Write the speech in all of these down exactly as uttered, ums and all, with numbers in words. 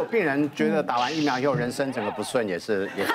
有病人觉得打完疫苗以后人生整个不顺，也是也。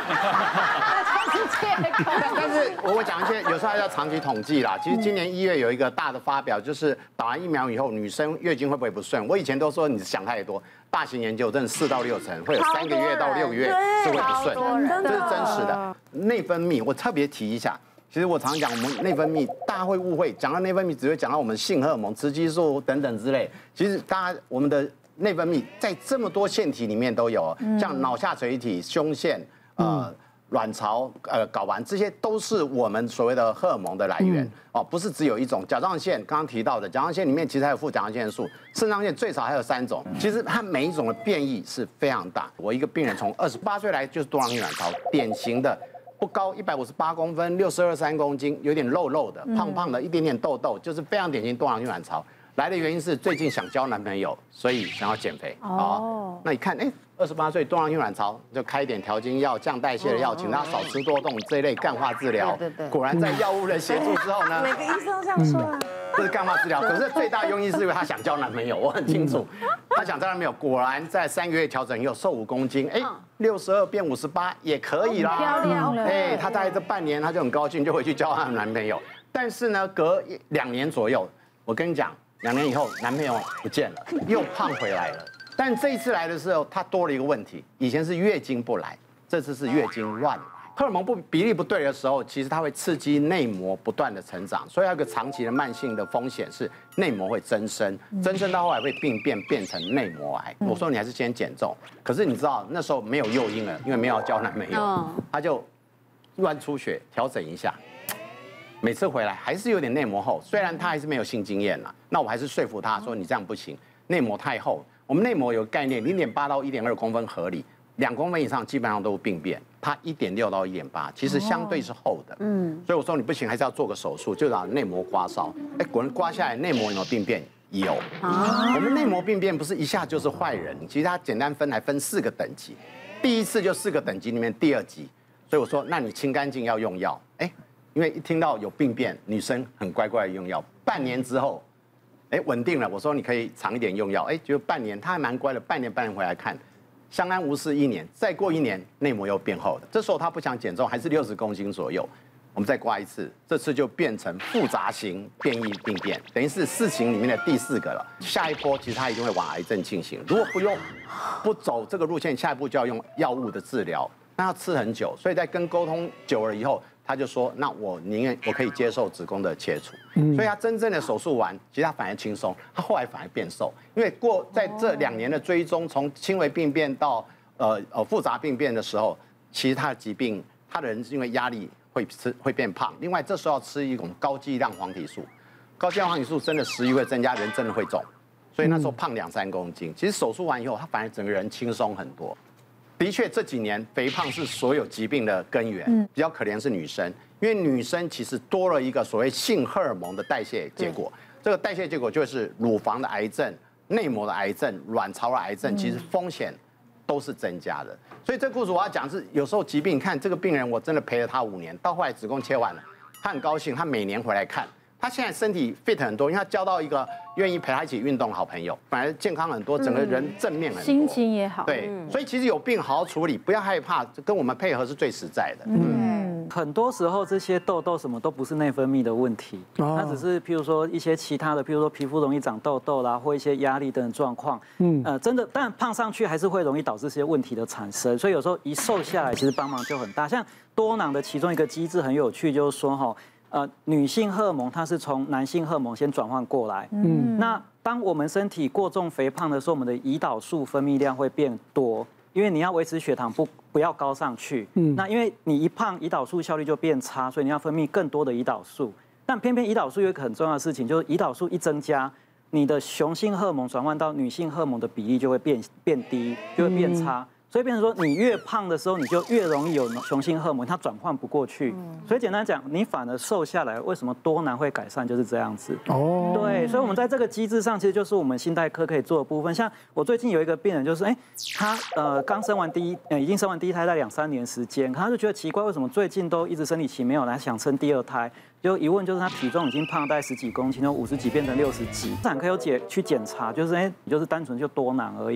但是我我讲一些，有时候还要长期统计啦。其实今年一月有一个大的发表，就是打完疫苗以后，女生月经会不会不顺？我以前都说你想太多，大型研究真的四到六成会有三个月到六个月是会不顺，这是真实的。内分泌我特别提一下。其实我常讲，我们内分泌，大家会误会，讲到内分泌只会讲到我们性荷尔蒙、雌激素等等之类。其实大家我们的内分泌在这么多腺体里面都有，像脑下垂体、胸腺、呃卵巢、呃睾丸，这些都是我们所谓的荷尔蒙的来源哦，不是只有一种。甲状腺刚刚提到的，甲状腺里面其实还有副甲状腺素，肾上腺最少还有三种。其实它每一种的变异是非常大。我一个病人从二十八岁来就是多囊性卵巢，典型的。不高，一百五十八公分，六十二三公斤，有点肉肉的，胖胖的，一点点痘痘，就是非常典型多囊性卵巢。来的原因是最近想交男朋友，所以想要减肥。哦，那你看，哎，二十八岁多囊性卵巢，就开一点调经药、降代谢的药，请他少吃多动这一类干化治疗。对对。果然在药物的协助之后呢， 每个医生都这样说啊。 这是干化治疗，可是最大用意是因为他想交男朋友，我很清楚。他想交男朋友，果然在三个月调整以后瘦五公斤，哎，六十二变五十八也可以啦。 漂亮了。 哎，他大概这半年他就很高兴，就回去交他的男朋友。但是呢，隔两年左右，我跟你讲，两年以后男朋友不见了，又胖回来了。但这一次来的时候，他多了一个问题，以前是月经不来，这次是月经乱来。荷尔蒙不比例不对的时候，其实它会刺激内膜不断的成长，所以有个长期的慢性的风险是内膜会增生，增生到后来会病变变成内膜癌。我说你还是先减重，可是你知道那时候没有诱因了，因为没有要交男朋友，他就乱出血，调整一下，每次回来还是有点内膜厚，虽然他还是没有性经验了，那我还是说服他说你这样不行，内膜太厚。我们内膜有个概念，零点八到一点二公分合理。两公分以上基本上都是病变，它一点六到一点八，其实相对是厚的。嗯，所以我说你不行，还是要做个手术，就把内膜刮烧。哎，果然刮下来，内膜有没有病变？有。啊，我们内膜病变不是一下就是坏人，其实它简单分还分四个等级，第一次就四个等级里面第二级。所以我说，那你清干净要用药。哎，因为一听到有病变，女生很乖乖的用药。半年之后，哎，稳定了。我说你可以长一点用药。哎，就半年，她还蛮乖的，半年半年回来看。相安无事一年，再过一年内膜又变厚了。这时候他不想减重，还是六十公斤左右，我们再刮一次，这次就变成复杂型变异病变，等于是四型里面的第四个了。下一波其实他一定会往癌症进行，如果不用不走这个路线，下一步就要用药物的治疗，那要吃很久。所以在跟沟通久了以后，他就说，那我宁愿我可以接受子宫的切除。所以他真正的手术完，其实他反而轻松，他后来反而变瘦，因为过在这两年的追踪，从轻微病变到呃呃复杂病变的时候，其实他的疾病，他的人因为压力会吃会变胖，另外这时候要吃一种高剂量黄体素，高剂量黄体素真的食欲会增加，人真的会重，所以那时候胖两三公斤，其实手术完以后，他反而整个人轻松很多。的确，这几年肥胖是所有疾病的根源。嗯，比较可怜是女生，因为女生其实多了一个所谓性荷尔蒙的代谢结果。这个代谢结果就是乳房的癌症、内膜的癌症、卵巢的癌症，其实风险都是增加的。所以这故事我要讲是，有时候疾病，你看这个病人，我真的陪了他五年，到后来子宫切完了，他很高兴，他每年回来看。他现在身体 fit 很多，因为他交到一个愿意陪他一起运动的好朋友，反而健康很多，整个人正面很多， 心情也好。 对，所以其实有病好好处理，不要害怕，跟我们配合是最实在的。 嗯，很多时候这些痘痘什么都不是内分泌的问题，它只是譬如说一些其他的，譬如说皮肤容易长痘痘啦，或一些压力等等状况。嗯，呃，真的，但胖上去还是会容易导致这些问题的产生，所以有时候一瘦下来，其实帮忙就很大。像多囊的其中一个机制很有趣，就是说哈。呃，女性荷尔蒙它是从男性荷尔蒙先转换过来。嗯，那当我们身体过重肥胖的时候，我们的胰岛素分泌量会变多，因为你要维持血糖不不要高上去。嗯，那因为你一胖，胰岛素效率就变差，所以你要分泌更多的胰岛素。但偏偏胰岛素有一个很重要的事情，就是胰岛素一增加，你的雄性荷尔蒙转换到女性荷尔蒙的比例就会变变低，就会变差。所以变成说，你越胖的时候，你就越容易有雄性荷尔蒙，它转换不过去。所以简单讲，你反而瘦下来，为什么多囊会改善，就是这样子。哦，对，所以我们在这个机制上，其实就是我们心态科可以做的部分。像我最近有一个病人，就是哎，他呃刚生完第一，呃已经生完第一胎，在两三年时间，他就觉得奇怪，为什么最近都一直生理期没有来，想生第二胎。就一问就是他体重已经胖大概十几公斤，从五十几变成六十几。产科有检去检查，就是哎，你就是单纯就多囊而已。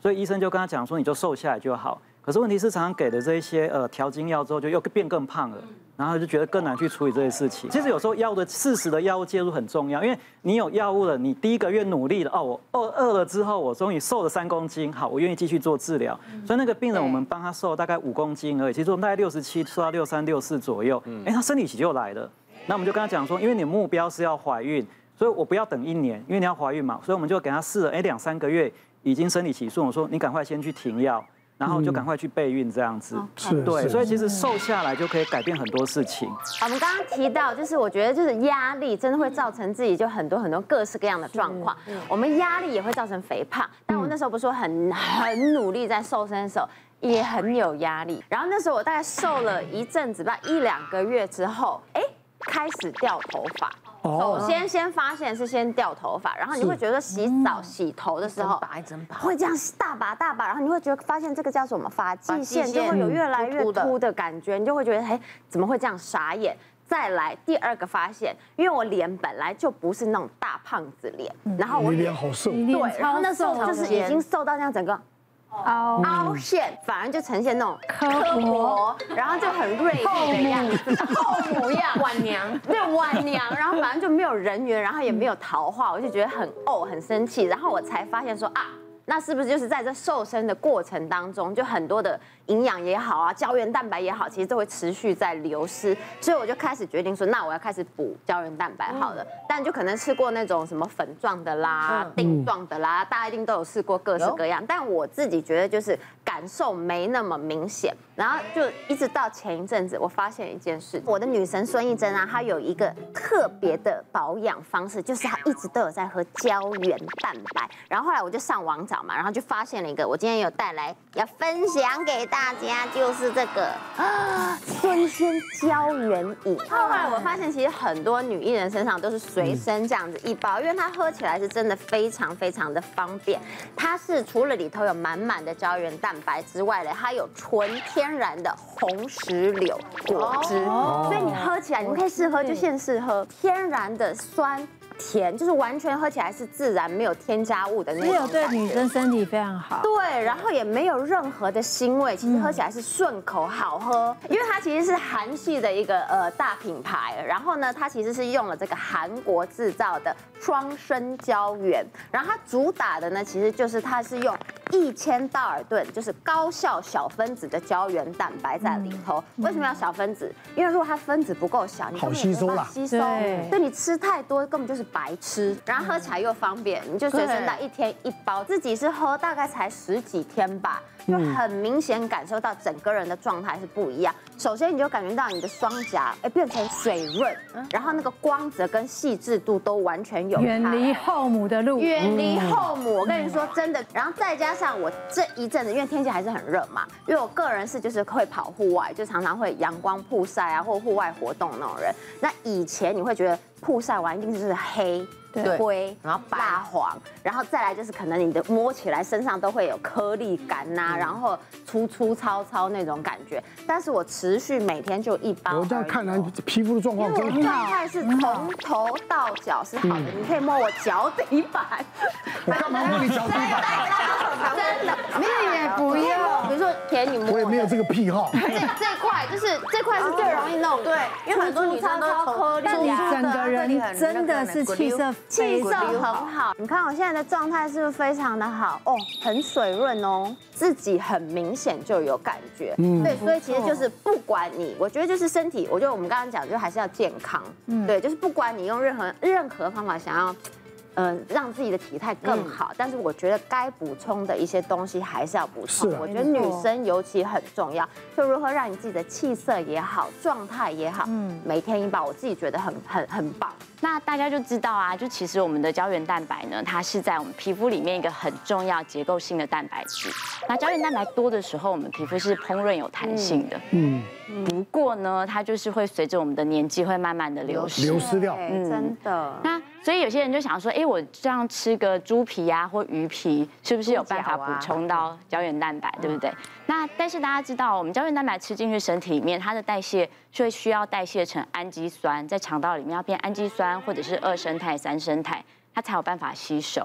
所以医生就跟他讲说，你就瘦下来就好。可是问题是，常常给的这一些呃调经药之后，就又变更胖了。然后就觉得更难去处理这些事情。其实有时候药物的适时的药物介入很重要，因为你有药物了，你第一个月努力了，哦，我饿饿了之后，我终于瘦了三公斤，好，我愿意继续做治疗。所以那个病人我们帮他瘦大概五公斤而已，其实我们大概六十七瘦到六三六四左右，哎，他生理期就来了。那我们就跟他讲说，因为你的目标是要怀孕，所以我不要等一年，因为你要怀孕嘛，所以我们就给他试了，哎，两三个月已经生理期顺，我说你赶快先去停药。然后就赶快去备孕这样子， 是， 对，所以其实瘦下来就可以改变很多事情。 我们刚刚提到，就是我觉得就是压力真的会造成自己就很多很多各式各样的状况。我们压力也会造成肥胖，但我那时候不是说很很努力在瘦身的时候，也很有压力。然后那时候我大概瘦了一阵子吧，一两个月之后，哎，开始掉头发。首先，先发现是先掉头发，然后你会觉得洗澡、洗头的时候会这样大把大把，然后你会觉得发现这个叫什么发际线就会有越来越凸的感觉，你就会觉得哎怎么会这样傻眼？再来第二个发现，因为我脸本来就不是那种大胖子脸，然后我脸好瘦， 对，然后那时候就是已经瘦到这样整个。凹凹陷，反而就呈现那种刻薄，然后就很锐利的样子，后母样， 晚娘， 对晚娘，然后反正就没有人缘，然后也没有桃花，我就觉得很怄，很生气，然后我才发现说啊，那是不是就是在这瘦身的过程当中，就很多的营养也好啊，胶原蛋白也好，其实都会持续在流失，所以我就开始决定说，那我要开始补胶原蛋白好了。但就可能吃过那种什么粉状的啦、锭状的啦，大家一定都有试过各式各样。但我自己觉得就是感受没那么明显，然后就一直到前一阵子，我发现一件事，我的女神孙艺珍啊，她有一个特别的保养方式，就是她一直都有在喝胶原蛋白。然后后来我就上网找嘛，然后就发现了一个，我今天有带来要分享给大家，就是这个啊孙仙胶原饮。后来我发现，其实很多女艺人身上都是随身这样子一包，因为它喝起来是真的非常非常的方便。它是除了里头有满满的胶原蛋白之外呢，它有纯天然的红石榴果汁，所以你喝起来，你们可以试喝，就现试喝，天然的酸。甜就是完全喝起来是自然，没有添加物的那种， 只有对女生身体非常好。 对，然后也没有任何的腥味，其实喝起来是顺口好喝。因为它其实是韩系的一个呃大品牌，然后呢，它其实是用了这个韩国制造的双生胶原，然后它主打的呢，其实就是它是用一千道尔顿，就是高效小分子的胶原蛋白在里头。为什么要小分子？因为如果它分子不够小，你好吸收啦， 吸收，对你吃太多根本就是白吃，然后喝起来又方便，你就随身带一天一包，自己是喝大概才十几天吧，就很明显感受到整个人的状态是不一样。首先你就感觉到你的双颊哎变成水润，然后那个光泽跟细致度都完全有。 远离后母的路， 远离后母，我跟你说真的。然后再加上我这一阵子，因为天气还是很热嘛，因为我个人是就是会跑户外，就常常会阳光曝晒啊，或户外活动那种人。那以前你会觉得曝晒完一定就是黑。灰，然后蜡黄，然后再来就是可能你的摸起来身上都会有颗粒感呐，然后粗粗糙糙那种感觉。但是我持续每天就一包。 我这样看来皮肤的状况真好，状态是从头到脚是好的，你可以摸我脚底板。 我干嘛摸你脚底板？ 真的，你也不要。比如说田你摸， 我也没有这个癖好。 这这块就是这块是最容易弄，对， 因为很多女生都从整个人真的是气色。 气色很好，你看我现在的状态是不是非常的好哦？很水润哦，自己很明显就有感觉。嗯，对，所以其实就是不管你，我觉得就是身体，我觉得我们刚刚讲就还是要健康。嗯，对，就是不管你用任何任何方法想要。嗯，让自己的体态更好，但是我觉得该补充的一些东西还是要补充。我觉得女生尤其很重要，就如何让你自己的气色也好，状态也好，嗯，每天一包，我自己觉得很很很棒。 那大家就知道啊，就其实我们的胶原蛋白呢，它是在我们皮肤里面一个很重要结构性的蛋白质。那胶原蛋白多的时候，我们皮肤是烹饪有弹性的。嗯。不过呢，它就是会随着我们的年纪会慢慢的流失， 流失掉。 嗯，真的。 那所以有些人就想说，哎，我这样吃个猪皮啊或鱼皮，是不是有办法补充到胶原蛋白，对不对？那但是大家知道，我们胶原蛋白吃进去身体里面，它的代谢就会需要代谢成氨基酸，在肠道里面要变氨基酸或者是二生态、三生态，它才有办法吸收。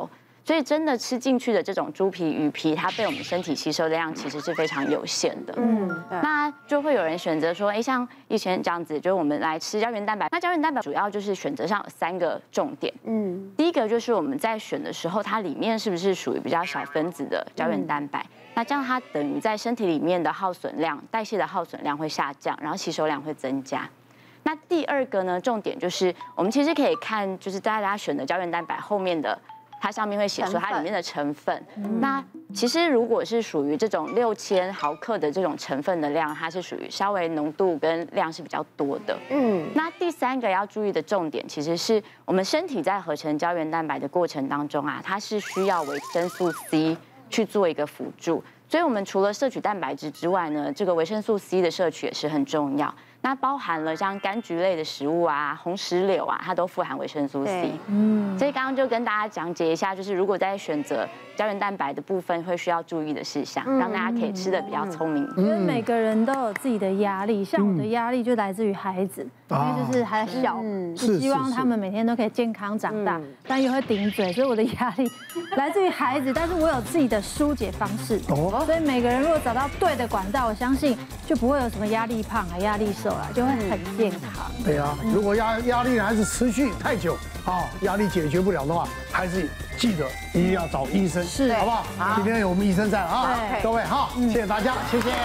所以真的吃进去的这种猪皮、鱼皮，它被我们身体吸收的量其实是非常有限的。嗯，那就会有人选择说，哎，像以前这样子，就是我们来吃胶原蛋白。那胶原蛋白主要就是选择上有三个重点。嗯，第一个就是我们在选的时候，它里面是不是属于比较小分子的胶原蛋白？那这样它等于在身体里面的耗损量、代谢的耗损量会下降，然后吸收量会增加。那第二个呢，重点就是我们其实可以看，就是大家选的胶原蛋白后面的。它上面会写说它里面的成分，那其实如果是属于这种六千毫克的这种成分的量，它是属于稍微浓度跟量是比较多的。嗯，那第三个要注意的重点，其实是我们身体在合成胶原蛋白的过程当中啊，它是需要维生素 C 去做一个辅助，所以我们除了摄取蛋白质之外呢，这个维生素 C 的摄取也是很重要。那包含了像柑橘类的食物啊、红石榴啊，它都富含维生素 C。嗯，所以刚刚就跟大家讲解一下，就是如果在选择胶原蛋白的部分，会需要注意的事项，让大家可以吃的比较聪明。 因为每个人都有自己的压力，像我的压力就来自于孩子，因为就是还小，就希望他们每天都可以健康长大，但又会顶嘴，所以我的压力来自于孩子，但是我有自己的疏解方式。哦，所以每个人如果找到对的管道，我相信就不会有什么压力胖啊、压力瘦。就会很健康。 对啊，如果压压力还是持续太久，啊，压力解决不了的话，还是记得一定要找医生， 是， 好不好？今天有我们医生在啊，各位好，谢谢大家，谢谢。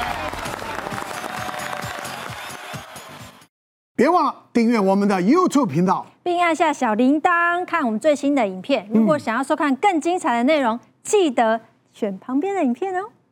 别忘了订阅我们的 YouTube 频道， 并按下小铃铛看我们最新的影片。如果想要收看更精彩的内容，记得选旁边的影片哦。